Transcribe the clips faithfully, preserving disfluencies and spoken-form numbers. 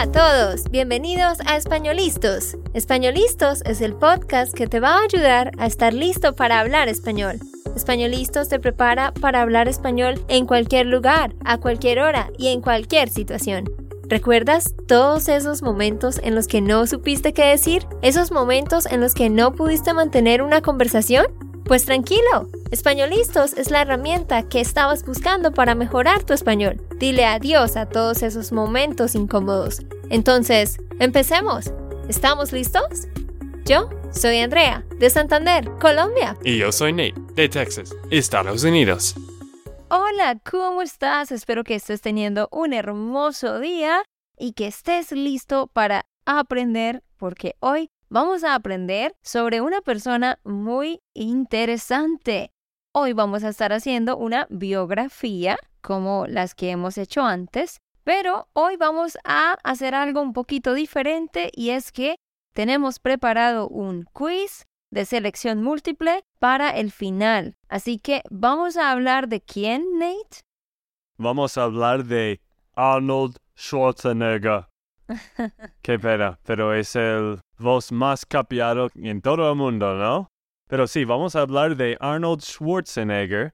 a todos, bienvenidos a Españolistos. Españolistos es el podcast que te va a ayudar a estar listo para hablar español. Españolistos te prepara para hablar español en cualquier lugar, a cualquier hora y en cualquier situación. ¿Recuerdas todos esos momentos en los que no supiste qué decir? ¿Esos momentos en los que no pudiste mantener una conversación? Pues tranquilo, Españolistos es la herramienta que estabas buscando para mejorar tu español. Dile adiós a todos esos momentos incómodos. Entonces, empecemos. ¿Estamos listos? Yo soy Andrea, de Santander, Colombia. Y yo soy Nate, de Texas, Estados Unidos. Hola, ¿cómo estás? Espero que estés teniendo un hermoso día y que estés listo para aprender, porque hoy vamos a aprender sobre una persona muy interesante. Hoy vamos a estar haciendo una biografía, como las que hemos hecho antes, pero hoy vamos a hacer algo un poquito diferente y es que tenemos preparado un quiz de selección múltiple para el final. Así que vamos a hablar de quién, Nate. Vamos a hablar de Arnold Schwarzenegger. Qué pena, pero es el voz más capiado en todo el mundo, ¿no? Pero sí, vamos a hablar de Arnold Schwarzenegger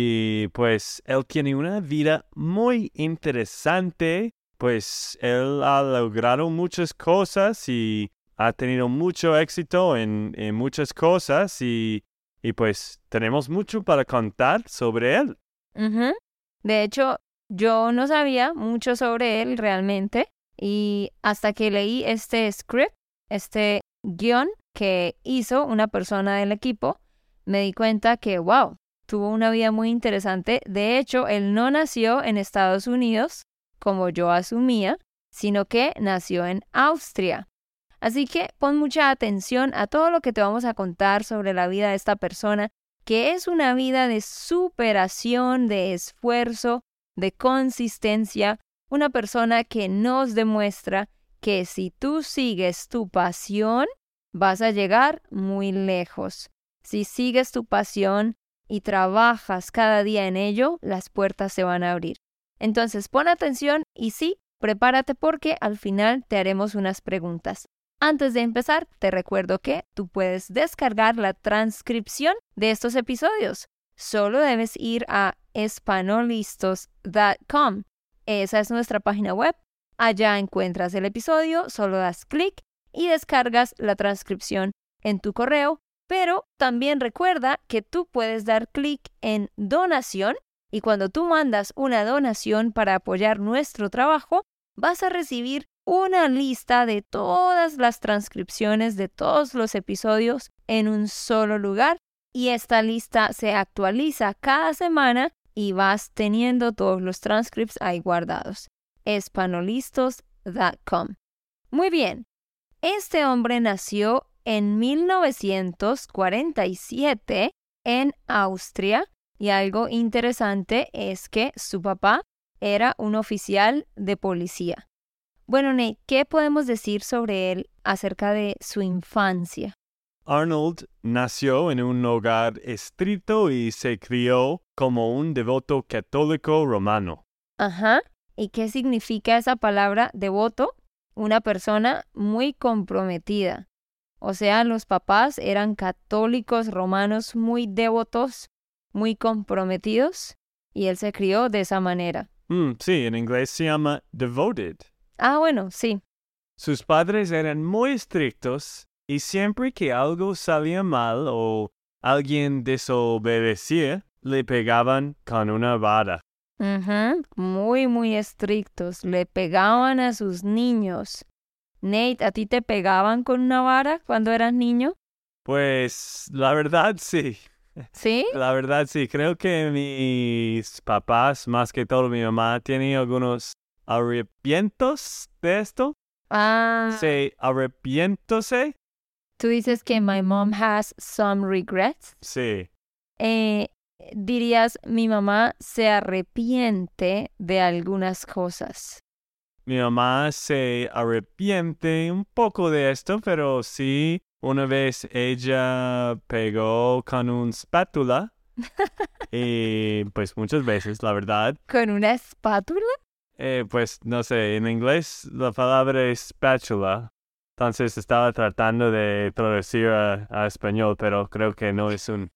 y pues él tiene una vida muy interesante, pues él ha logrado muchas cosas y ha tenido mucho éxito en, en muchas cosas y, y pues tenemos mucho para contar sobre él. Uh-huh. De hecho, yo no sabía mucho sobre él realmente. Y hasta que leí este script, este guión que hizo una persona del equipo, me di cuenta que, wow, tuvo una vida muy interesante. De hecho, él no nació en Estados Unidos, como yo asumía, sino que nació en Austria. Así que pon mucha atención a todo lo que te vamos a contar sobre la vida de esta persona, que es una vida de superación, de esfuerzo, de consistencia. Una persona que nos demuestra que si tú sigues tu pasión, vas a llegar muy lejos. Si sigues tu pasión y trabajas cada día en ello, las puertas se van a abrir. Entonces, pon atención y sí, prepárate porque al final te haremos unas preguntas. Antes de empezar, te recuerdo que tú puedes descargar la transcripción de estos episodios. Solo debes ir a españolistos punto com. Esa es nuestra página web. Allá encuentras el episodio, solo das clic y descargas la transcripción en tu correo. Pero también recuerda que tú puedes dar clic en donación y cuando tú mandas una donación para apoyar nuestro trabajo, vas a recibir una lista de todas las transcripciones de todos los episodios en un solo lugar y esta lista se actualiza cada semana y vas teniendo todos los transcripts ahí guardados. españolistos punto com. Muy bien. Este hombre nació en mil novecientos cuarenta y siete en Austria y algo interesante es que su papá era un oficial de policía. Bueno, Nate, ¿qué podemos decir sobre él acerca de su infancia? Arnold nació en un hogar estricto y se crió como un devoto católico romano. Ajá. ¿Y qué significa esa palabra devoto? Una persona muy comprometida. O sea, los papás eran católicos romanos muy devotos, muy comprometidos, y él se crió de esa manera. Mm, sí, en inglés se llama devoted. Ah, bueno, sí. Sus padres eran muy estrictos y siempre que algo salía mal o alguien desobedecía, le pegaban con una vara. Uh-huh. Muy, muy estrictos. Le pegaban a sus niños. Nate, ¿a ti te pegaban con una vara cuando eras niño? Pues, la verdad, sí. ¿Sí? La verdad, sí. Creo que mis papás, más que todo mi mamá, tienen algunos arrepientos de esto. Ah. Sí, arrepiéntose. Tú dices que my mom has some regrets. Sí. Eh, dirías, mi mamá se arrepiente de algunas cosas. Mi mamá se arrepiente un poco de esto, pero sí, una vez ella pegó con una espátula y pues muchas veces, la verdad. ¿Con una espátula? Eh, pues, no sé, en inglés la palabra es spatula. Entonces estaba tratando de traducir a, a español, pero creo que no es un...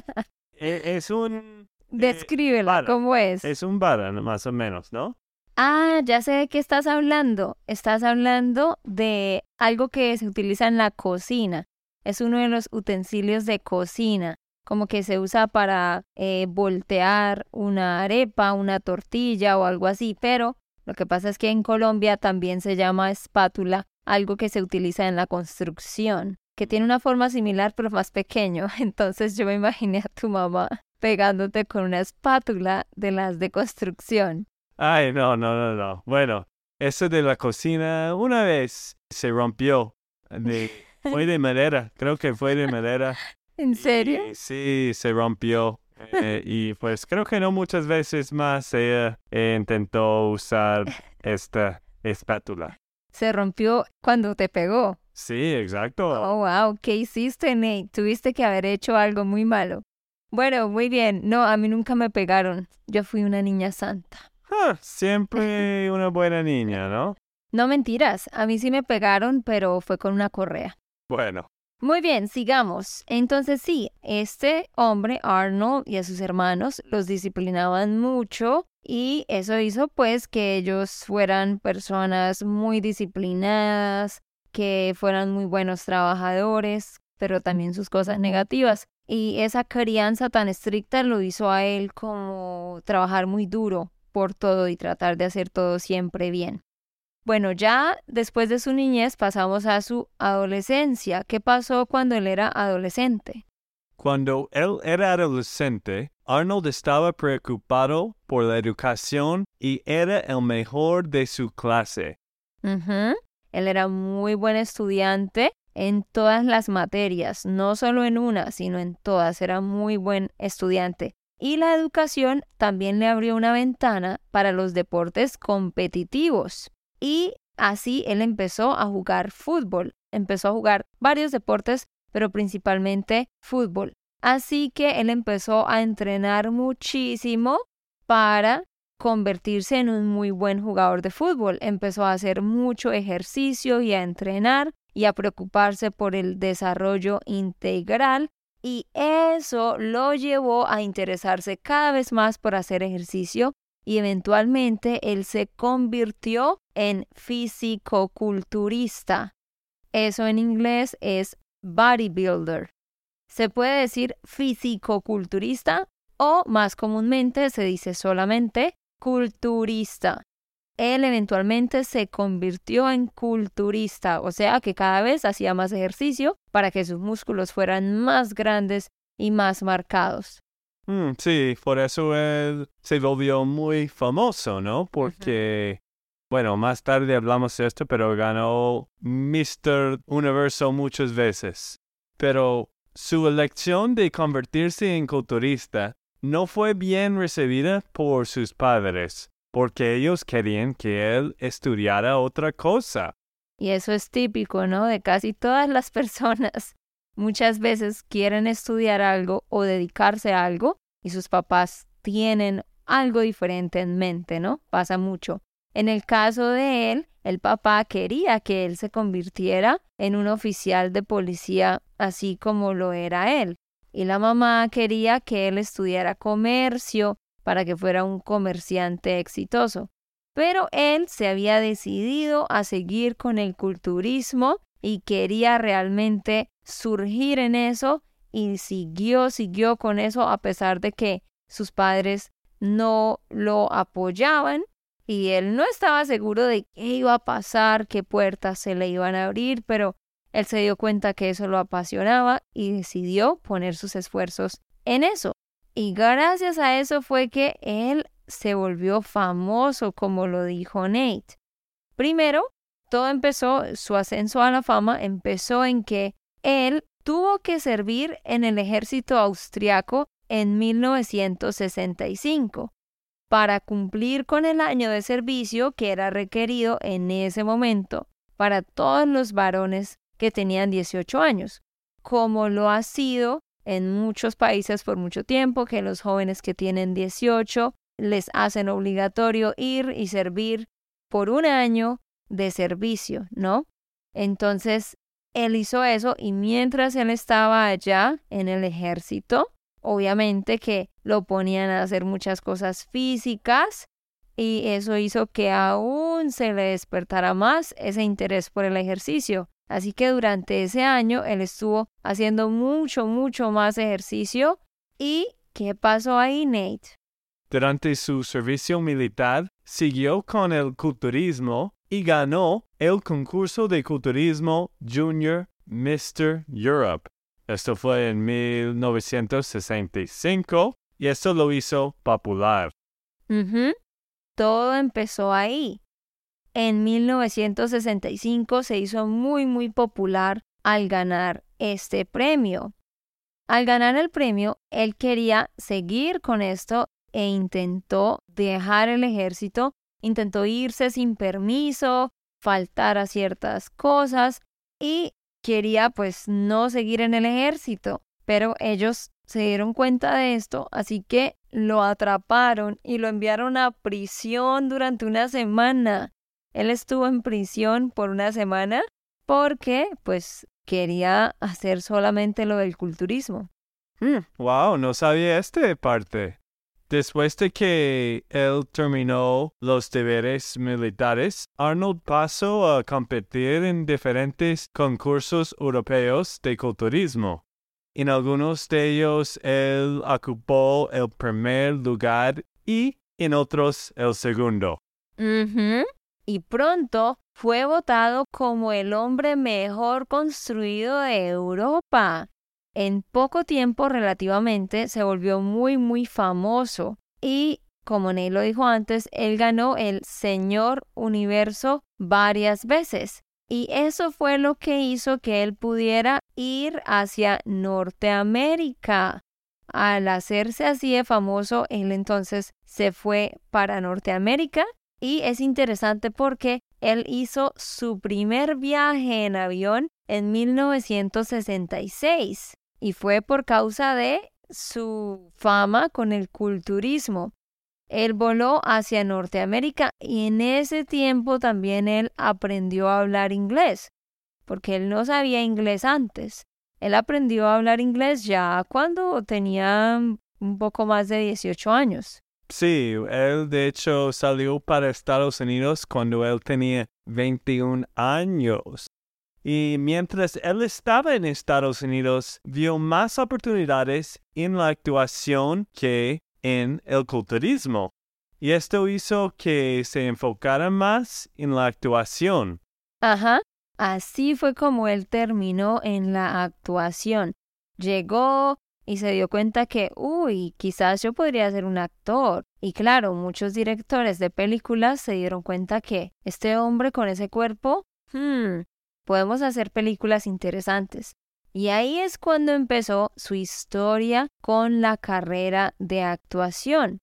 e- es un... eh, Descríbela, vara. ¿cómo es? Es un vara, más o menos, ¿no? Ah, ya sé de qué estás hablando. Estás hablando de algo que se utiliza en la cocina. Es uno de los utensilios de cocina, como que se usa para eh, voltear una arepa, una tortilla o algo así, pero lo que pasa es que en Colombia también se llama espátula, algo que se utiliza en la construcción, que tiene una forma similar pero más pequeño. Entonces yo me imaginé a tu mamá pegándote con una espátula de las de construcción. Ay, no, no, no, no. Bueno, eso de la cocina una vez se rompió. De, fue de madera, creo que fue de madera. ¿En serio? Y sí, se rompió. Eh, y pues creo que no muchas veces más ella eh, intentó usar esta espátula. Se rompió cuando te pegó. Sí, exacto. Oh, wow, ¿qué hiciste, Nate? Tuviste que haber hecho algo muy malo. Bueno, muy bien. No, a mí nunca me pegaron. Yo fui una niña santa. Ah, siempre una buena niña, ¿no? No mentiras, a mí sí me pegaron, pero fue con una correa. Bueno, Muy bien, sigamos. Entonces sí, este hombre, Arnold, y a sus hermanos los disciplinaban mucho y eso hizo pues que ellos fueran personas muy disciplinadas, que fueran muy buenos trabajadores, pero también sus cosas negativas. Y esa crianza tan estricta lo hizo a él como trabajar muy duro por todo y tratar de hacer todo siempre bien. Bueno, ya después de su niñez pasamos a su adolescencia. ¿Qué pasó cuando él era adolescente? cuando él era adolescente, Arnold estaba preocupado por la educación y era el mejor de su clase. Ujú. Él era muy buen estudiante en todas las materias, no solo en una, sino en todas. Era muy buen estudiante. Y la educación también le abrió una ventana para los deportes competitivos. Y así él empezó a jugar fútbol. Empezó a jugar varios deportes, pero principalmente fútbol. Así que él empezó a entrenar muchísimo para convertirse en un muy buen jugador de fútbol. Empezó a hacer mucho ejercicio y a entrenar y a preocuparse por el desarrollo integral. Y eso lo llevó a interesarse cada vez más por hacer ejercicio y eventualmente él se convirtió en fisicoculturista. Eso en inglés es bodybuilder. Se puede decir fisicoculturista o más comúnmente se dice solamente culturista. Él eventualmente se convirtió en culturista, o sea que cada vez hacía más ejercicio para que sus músculos fueran más grandes y más marcados. Mm, sí, por eso él se volvió muy famoso, ¿no? Porque, bueno, más tarde hablamos de esto, pero ganó míster Universo muchas veces. Pero su elección de convertirse en culturista no fue bien recibida por sus padres, porque ellos querían que él estudiara otra cosa. Y eso es típico, ¿no? De casi todas las personas. Muchas veces quieren estudiar algo o dedicarse a algo y sus papás tienen algo diferente en mente, ¿no? Pasa mucho. En el caso de él, el papá quería que él se convirtiera en un oficial de policía así como lo era él. Y la mamá quería que él estudiara comercio para que fuera un comerciante exitoso. Pero él se había decidido a seguir con el culturismo y quería realmente surgir en eso y siguió, siguió con eso a pesar de que sus padres no lo apoyaban y él no estaba seguro de qué iba a pasar, qué puertas se le iban a abrir, pero él se dio cuenta que eso lo apasionaba y decidió poner sus esfuerzos en eso. Y gracias a eso fue que él se volvió famoso, como lo dijo Nate. Primero, todo empezó, su ascenso a la fama empezó en que él tuvo que servir en el ejército austriaco en mil novecientos sesenta y cinco para cumplir con el año de servicio que era requerido en ese momento para todos los varones que tenían dieciocho años, como lo ha sido en muchos países por mucho tiempo, que los jóvenes que tienen dieciocho les hacen obligatorio ir y servir por un año de servicio, ¿no? Entonces, él hizo eso y mientras él estaba allá en el ejército, obviamente que lo ponían a hacer muchas cosas físicas y eso hizo que aún se le despertara más ese interés por el ejercicio. Así que durante ese año él estuvo haciendo mucho, mucho más ejercicio. ¿Y qué pasó ahí, Nate? Durante su servicio militar, siguió con el culturismo y ganó el concurso de culturismo Junior mister Europe. Esto fue en mil novecientos sesenta y cinco y esto lo hizo popular. Uh-huh. Todo empezó ahí. En mil novecientos sesenta y cinco se hizo muy, muy popular al ganar este premio. Al ganar el premio, él quería seguir con esto e intentó dejar el ejército, intentó irse sin permiso, faltar a ciertas cosas y quería pues no seguir en el ejército. Pero ellos se dieron cuenta de esto, así que lo atraparon y lo enviaron a prisión durante una semana. Él estuvo en prisión por una semana porque pues quería hacer solamente lo del culturismo. Mm, wow, no sabía esta parte. Después de que él terminó los deberes militares, Arnold pasó a competir en diferentes concursos europeos de culturismo. En algunos de ellos él ocupó el primer lugar y en otros el segundo. Uh-huh. Y pronto fue votado como el hombre mejor construido de Europa. En poco tiempo relativamente se volvió muy muy famoso y, como Ney lo dijo antes, él ganó el Señor Universo varias veces. Y eso fue lo que hizo que él pudiera ir hacia Norteamérica. Al hacerse así de famoso, él entonces se fue para Norteamérica y es interesante porque él hizo su primer viaje en avión en mil novecientos sesenta y seis y fue por causa de su fama con el culturismo. Él voló hacia Norteamérica y en ese tiempo también él aprendió a hablar inglés, porque él no sabía inglés antes. Él aprendió a hablar inglés ya cuando tenía un poco más de dieciocho años. Sí, él de hecho salió para Estados Unidos cuando él tenía veintiún años. Y mientras él estaba en Estados Unidos, vio más oportunidades en la actuación que en el culturismo. Y esto hizo que se enfocara más en la actuación. Ajá, así fue como él terminó en la actuación. Llegó y se dio cuenta que, uy, quizás yo podría ser un actor. Y claro, muchos directores de películas se dieron cuenta que este hombre con ese cuerpo, hmm, podemos hacer películas interesantes. Y ahí es cuando empezó su historia con la carrera de actuación.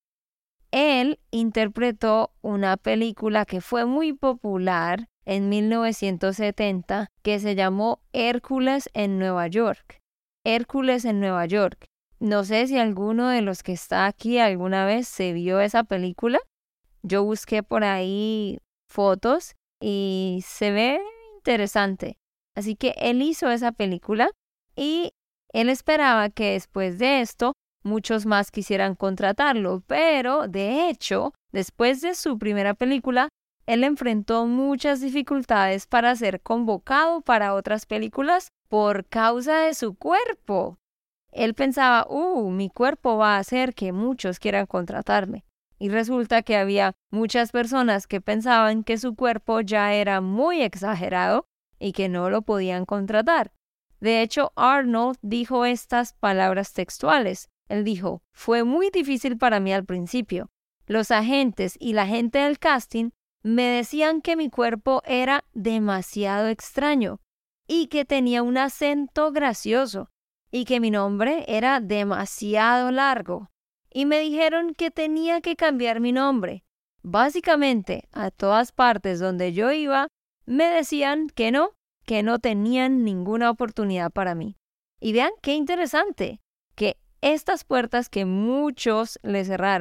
Él interpretó una película que fue muy popular en mil novecientos setenta que se llamó Hércules en Nueva York. Hércules en Nueva York. No sé si alguno de los que está aquí alguna vez se vio esa película. Yo busqué por ahí fotos y se ve interesante. Así que él hizo esa película y él esperaba que después de esto muchos más quisieran contratarlo, pero de hecho, después de su primera película, él enfrentó muchas dificultades para ser convocado para otras películas por causa de su cuerpo. Él pensaba, uh, mi cuerpo va a hacer que muchos quieran contratarme. Y resulta que había muchas personas que pensaban que su cuerpo ya era muy exagerado y que no lo podían contratar. De hecho, Arnold dijo estas palabras textuales. Él dijo, fue muy difícil para mí al principio. Los agentes y la gente del casting me decían que mi cuerpo era demasiado extraño y que tenía un acento gracioso y que mi nombre era demasiado largo. Y me dijeron que tenía que cambiar mi nombre. Básicamente, a todas partes donde yo iba, me decían que no, que no tenían ninguna oportunidad para mí. Y vean qué interesante, que estas puertas que muchos le cerraron,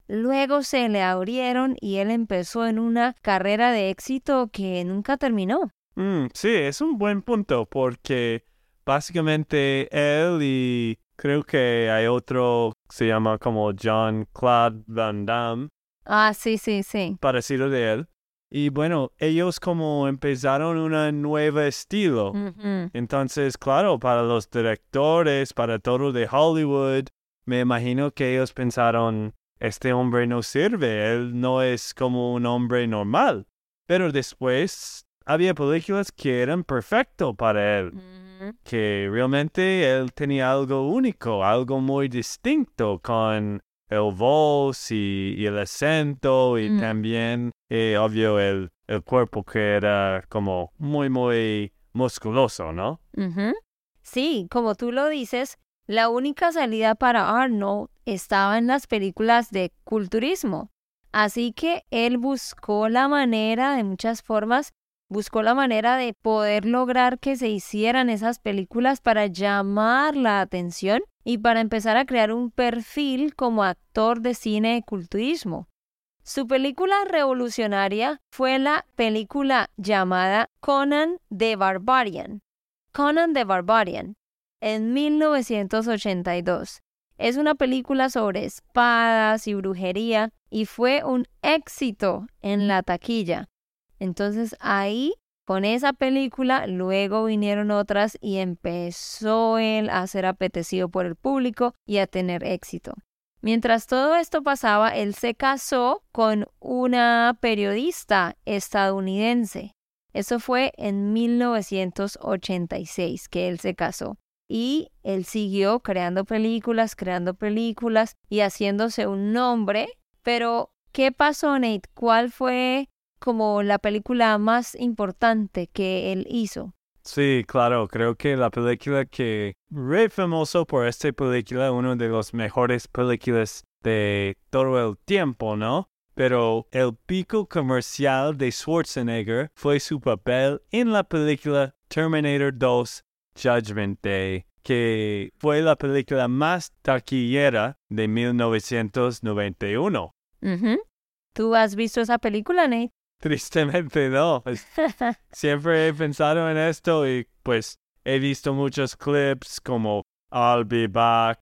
luego se le abrieron y él empezó en una carrera de éxito que nunca terminó. Mm, sí, es un buen punto porque básicamente él y creo que hay otro que se llama como Jean-Claude Van Damme, Ah, sí, sí, sí. parecido de él. Y bueno, ellos como empezaron un nuevo estilo. Ujú. Entonces, claro, para los directores, para todo de Hollywood, me imagino que ellos pensaron, este hombre no sirve, él no es como un hombre normal. Pero después había películas que eran perfecto para él, Ujú. que realmente él tenía algo único, algo muy distinto con el voz y, y el acento y Mm. también, eh, obvio, el, el cuerpo que era como muy, muy musculoso, ¿no? Ujú. Sí, como tú lo dices, la única salida para Arnold estaba en las películas de culturismo. Así que él buscó la manera, de muchas formas, buscó la manera de poder lograr que se hicieran esas películas para llamar la atención y para empezar a crear un perfil como actor de cine de culturismo. Su película revolucionaria fue la película llamada Conan the Barbarian. Conan the Barbarian, en mil novecientos ochenta y dos. Es una película sobre espadas y brujería y fue un éxito en la taquilla. Entonces ahí, con esa película, luego vinieron otras y empezó él a ser apetecido por el público y a tener éxito. Mientras todo esto pasaba, él se casó con una periodista estadounidense. Eso fue en mil novecientos ochenta y seis que él se casó. Y él siguió creando películas, creando películas y haciéndose un nombre. Pero, ¿qué pasó, Nate? ¿Cuál fue como la película más importante que él hizo? Sí, claro, creo que la película que re famoso por esta película, una de las mejores películas de todo el tiempo, ¿no? Pero el pico comercial de Schwarzenegger fue su papel en la película Terminator dos Judgment Day, que fue la película más taquillera de mil novecientos noventa y uno. Ujú. ¿Tú has visto esa película, Nate? Tristemente no. Es- Siempre he pensado en esto y pues he visto muchos clips como I'll be back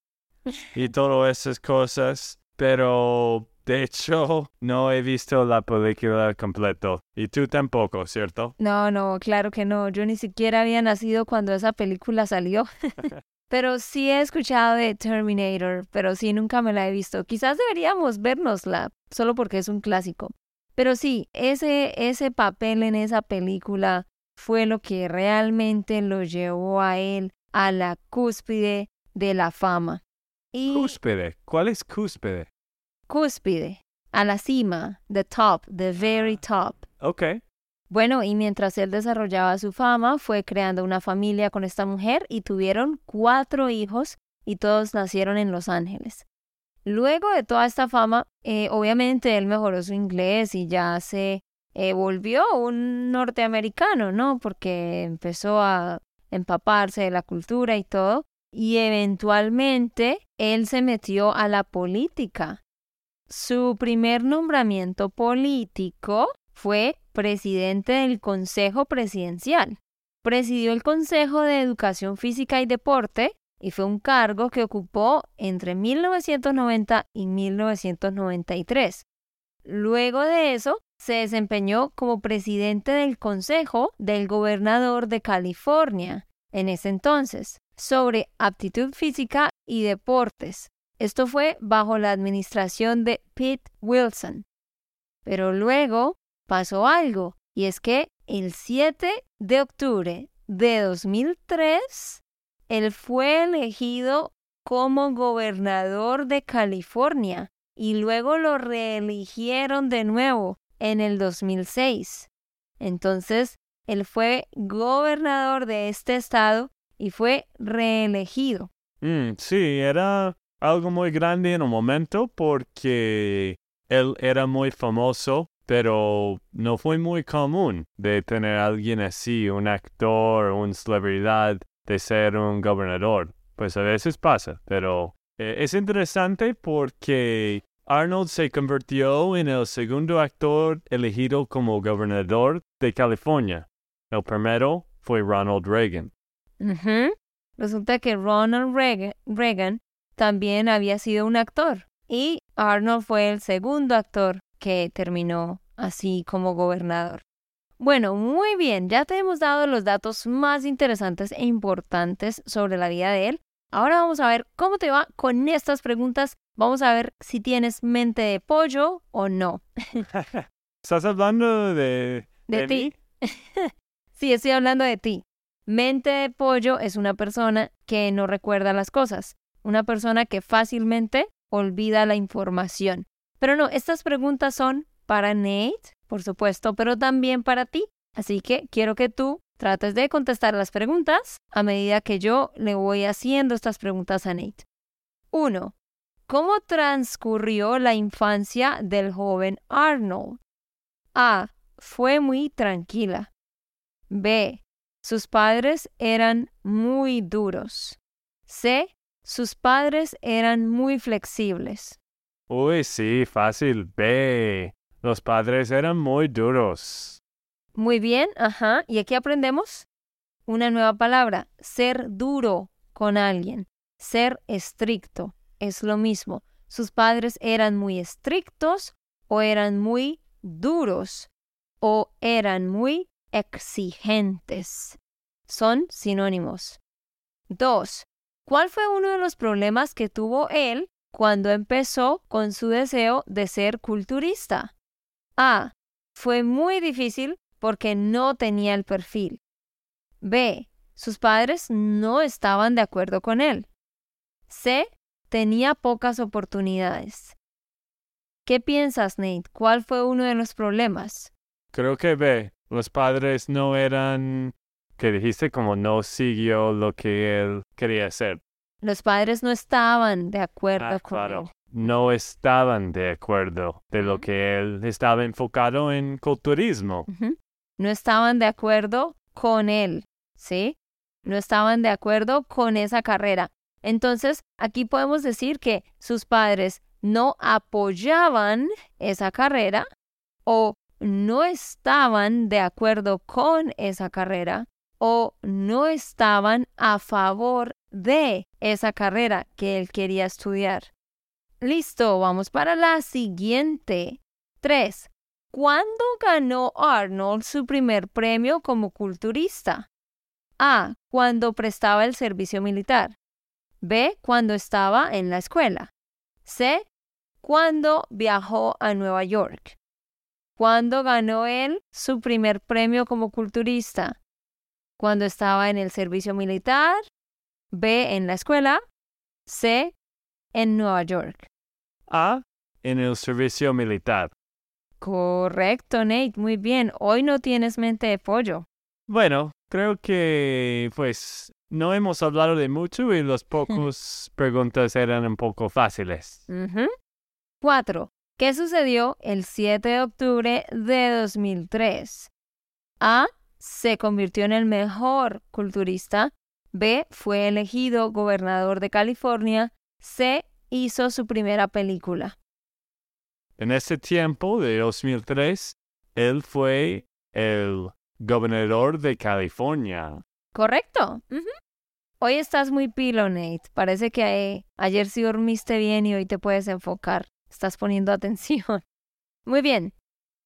y todas esas cosas, pero de hecho no he visto la película completa. Y tú tampoco, ¿cierto? No, no, claro que no. Yo ni siquiera había nacido cuando esa película salió. Pero sí he escuchado de Terminator, pero sí nunca me la he visto. Quizás deberíamos vernosla, solo porque es un clásico. Pero sí, ese, ese papel en esa película fue lo que realmente lo llevó a él a la cúspide de la fama. Y Cúspide. ¿Cuál es cúspide? cúspide, a la cima, the top, the very top. Ok. Bueno, y mientras él desarrollaba su fama, fue creando una familia con esta mujer y tuvieron cuatro hijos y todos nacieron en Los Ángeles. Luego de toda esta fama, eh, obviamente él mejoró su inglés y ya se eh, volvió un norteamericano, ¿no? Porque empezó a empaparse de la cultura y todo. Y eventualmente él se metió a la política. Su primer nombramiento político fue presidente del Consejo Presidencial. Presidió el Consejo de Educación Física y Deporte y fue un cargo que ocupó entre mil novecientos noventa y mil novecientos noventa y tres. Luego de eso, se desempeñó como presidente del Consejo del Gobernador de California, en ese entonces, sobre aptitud física y deportes. Esto fue bajo la administración de Pete Wilson. Pero luego pasó algo, y es que el siete de octubre de dos mil tres, él fue elegido como gobernador de California y luego lo reeligieron de nuevo en el dos mil seis. Entonces, él fue gobernador de este estado y fue reelegido. Mm, sí, era algo muy grande en un momento porque él era muy famoso, pero no fue muy común de tener a alguien así, un actor, una celebridad, de ser un gobernador. Pues a veces pasa, pero eh, es interesante porque Arnold se convirtió en el segundo actor elegido como gobernador de California. El primero fue Ronald Reagan. Ujú. Resulta que Ronald Reagan, Reagan también había sido un actor y Arnold fue el segundo actor que terminó así como gobernador. Bueno, muy bien, ya te hemos dado los datos más interesantes e importantes sobre la vida de él. Ahora vamos a ver cómo te va con estas preguntas. Vamos a ver si tienes mente de pollo o no. ¿Estás hablando de... De de ti. mí? Sí, estoy hablando de ti. Mente de pollo es una persona que no recuerda las cosas, una persona que fácilmente olvida la información. Pero no, estas preguntas son para Nate, por supuesto, pero también para ti. Así que quiero que tú trates de contestar las preguntas a medida que yo le voy haciendo estas preguntas a Nate. Uno. ¿Cómo transcurrió la infancia del joven Arnold? A. Fue muy tranquila. B. Sus padres eran muy duros. C. Sus padres eran muy flexibles. Uy, sí, fácil. B. Los padres eran muy duros. Muy bien, ajá. Y aquí aprendemos una nueva palabra, ser duro con alguien, ser estricto. Es lo mismo. Sus padres eran muy estrictos o eran muy duros o eran muy exigentes. Son sinónimos. Dos. ¿Cuál fue uno de los problemas que tuvo él cuando empezó con su deseo de ser culturista? A. Fue muy difícil porque no tenía el perfil. B. Sus padres no estaban de acuerdo con él. C. Tenía pocas oportunidades. ¿Qué piensas, Nate? ¿Cuál fue uno de los problemas? Creo que B. Los padres no eran... que dijiste como no siguió lo que él quería hacer. Los padres no estaban de acuerdo Ah, con claro. él. No estaban de acuerdo de lo que él estaba enfocado en culturismo. Ujú. No estaban de acuerdo con él, ¿sí? No estaban de acuerdo con esa carrera. Entonces, aquí podemos decir que sus padres no apoyaban esa carrera o no estaban de acuerdo con esa carrera o no estaban a favor de esa carrera que él quería estudiar. Listo, vamos para la siguiente. Tres. ¿Cuándo ganó Arnold su primer premio como culturista? A. Cuando prestaba el servicio militar. B. Cuando estaba en la escuela. C. Cuando viajó a Nueva York. ¿Cuándo ganó él su primer premio como culturista? Cuando estaba en el servicio militar. B. En la escuela. C. En Nueva York. A. En el servicio militar. Correcto, Nate. Muy bien. Hoy no tienes mente de pollo. Bueno, creo que pues no hemos hablado de mucho y las pocas preguntas eran un poco fáciles. Ujú. Cuatro. ¿Qué sucedió el siete de octubre de dos mil tres? A. Se convirtió en el mejor culturista. B. Fue elegido gobernador de California. C. Hizo su primera película. En ese tiempo de dos mil tres, él fue el gobernador de California. Correcto. Ujú. Hoy estás muy pilo, Nate. Parece que eh, ayer sí dormiste bien y hoy te puedes enfocar. Estás poniendo atención. Muy bien.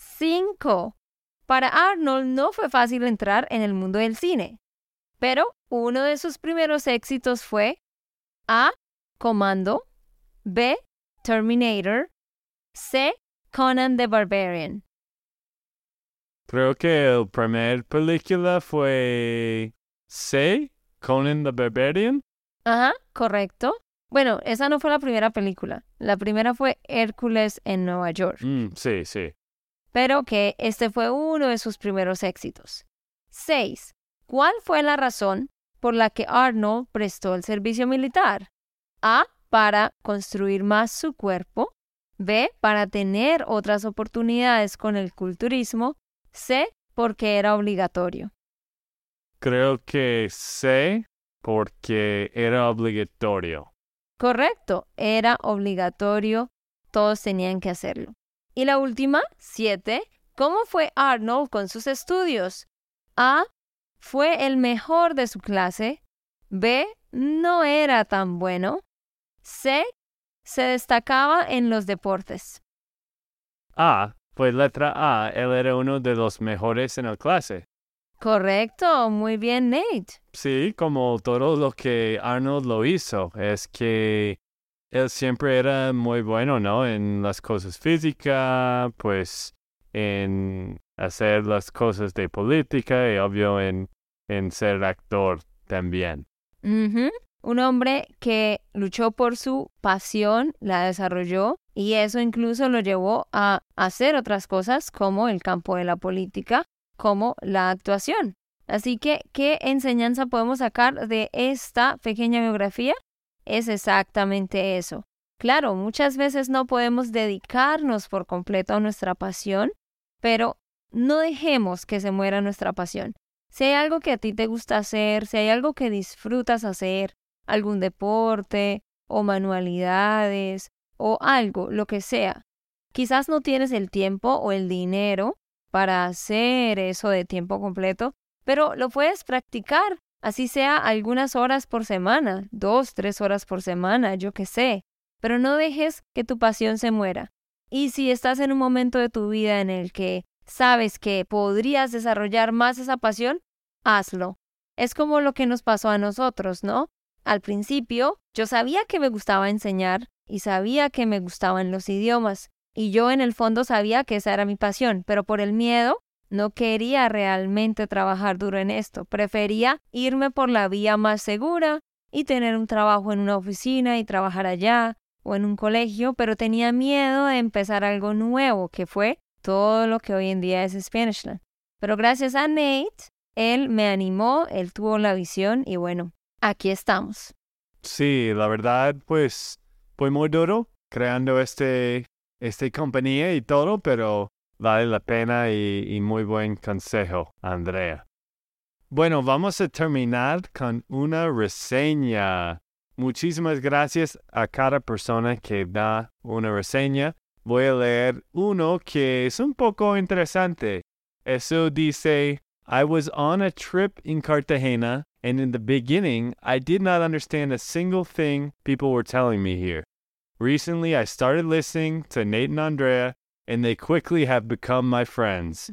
Cinco. Para Arnold no fue fácil entrar en el mundo del cine, pero uno de sus primeros éxitos fue A. Commando. B. Terminator. C. Conan the Barbarian. Creo que la primera película fue C. Conan the Barbarian. Ajá, correcto. Bueno, esa no fue la primera película. La primera fue Hércules en Nueva York. Mm, sí, sí. Pero que este fue uno de sus primeros éxitos. Seis. ¿Cuál fue la razón por la que Arnold prestó el servicio militar? A. Para construir más su cuerpo. B. Para tener otras oportunidades con el culturismo. C. Porque era obligatorio. Creo que C. Porque era obligatorio. Correcto, era obligatorio todos tenían que hacerlo. Y la última, siete, ¿cómo fue Arnold con sus estudios? A, fue el mejor de su clase. B, no era tan bueno. C, se destacaba en los deportes. A, pues letra A, él era uno de los mejores en la clase. Correcto, muy bien, Nate. Sí, como todo lo que Arnold lo hizo, es que él siempre era muy bueno, ¿no? En las cosas físicas, pues en hacer las cosas de política y obvio en, en ser actor también. Uh-huh. Un hombre que luchó por su pasión, la desarrolló y eso incluso lo llevó a hacer otras cosas como el campo de la política, como la actuación. Así que, ¿qué enseñanza podemos sacar de esta pequeña biografía? Es exactamente eso. Claro, muchas veces no podemos dedicarnos por completo a nuestra pasión, pero no dejemos que se muera nuestra pasión. Si hay algo que a ti te gusta hacer, si hay algo que disfrutas hacer, algún deporte o manualidades o algo, lo que sea, quizás no tienes el tiempo o el dinero para hacer eso de tiempo completo, pero lo puedes practicar, así sea algunas horas por semana, dos, tres horas por semana, yo qué sé, pero no dejes que tu pasión se muera. Y si estás en un momento de tu vida en el que sabes que podrías desarrollar más esa pasión, hazlo. Es como lo que nos pasó a nosotros, ¿no? Al principio, yo sabía que me gustaba enseñar y sabía que me gustaban los idiomas. Y yo en el fondo sabía que esa era mi pasión, pero por el miedo no quería realmente trabajar duro en esto. Prefería irme por la vía más segura y tener un trabajo en una oficina y trabajar allá o en un colegio, pero tenía miedo de empezar algo nuevo, que fue todo lo que hoy en día es Spanishland. Pero gracias a Nate, él me animó, él tuvo la visión y bueno, aquí estamos. Sí, la verdad, pues, fue muy duro creando este... esta compañía y todo, pero vale la pena y, y muy buen consejo, Andrea. Bueno, vamos a terminar con una reseña. Muchísimas gracias a cada persona que da una reseña. Voy a leer uno que es un poco interesante. Eso dice, I was on a trip in Cartagena, and in the beginning, I did not understand a single thing people were telling me here. Recently, I started listening to Nate and Andrea, and they quickly have become my friends.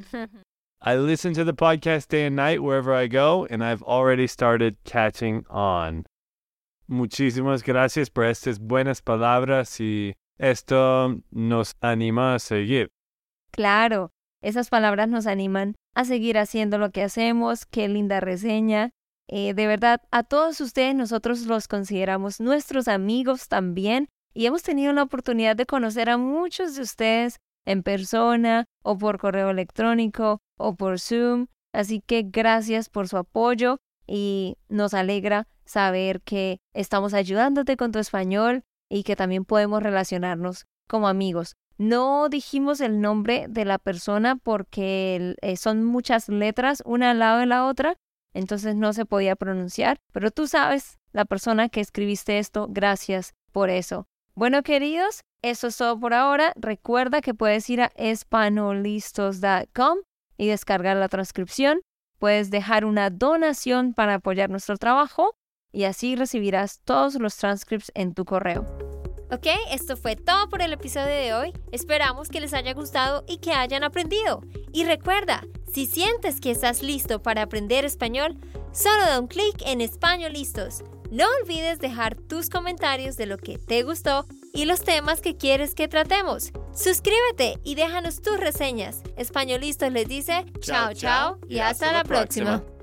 I listen to the podcast day and night wherever I go, and I've already started catching on. Muchísimas gracias por estas buenas palabras y esto nos anima a seguir. Claro, esas palabras nos animan a seguir haciendo lo que hacemos. Qué linda reseña. Eh, de verdad, a todos ustedes nosotros los consideramos nuestros amigos también. Y hemos tenido la oportunidad de conocer a muchos de ustedes en persona o por correo electrónico o por Zoom. Así que gracias por su apoyo y nos alegra saber que estamos ayudándote con tu español y que también podemos relacionarnos como amigos. No dijimos el nombre de la persona porque eh, son muchas letras una al lado de la otra, entonces no se podía pronunciar. Pero tú sabes, la persona que escribiste esto, gracias por eso. Bueno, queridos, eso es todo por ahora. Recuerda que puedes ir a espanolistos punto com y descargar la transcripción. Puedes dejar una donación para apoyar nuestro trabajo y así recibirás todos los transcripts en tu correo. Ok, esto fue todo por el episodio de hoy. Esperamos que les haya gustado y que hayan aprendido. Y recuerda, si sientes que estás listo para aprender español, solo da un clic en Españolistos. No olvides dejar tus comentarios de lo que te gustó y los temas que quieres que tratemos. Suscríbete y déjanos tus reseñas. Españolistos les dice chao, chao y hasta la próxima.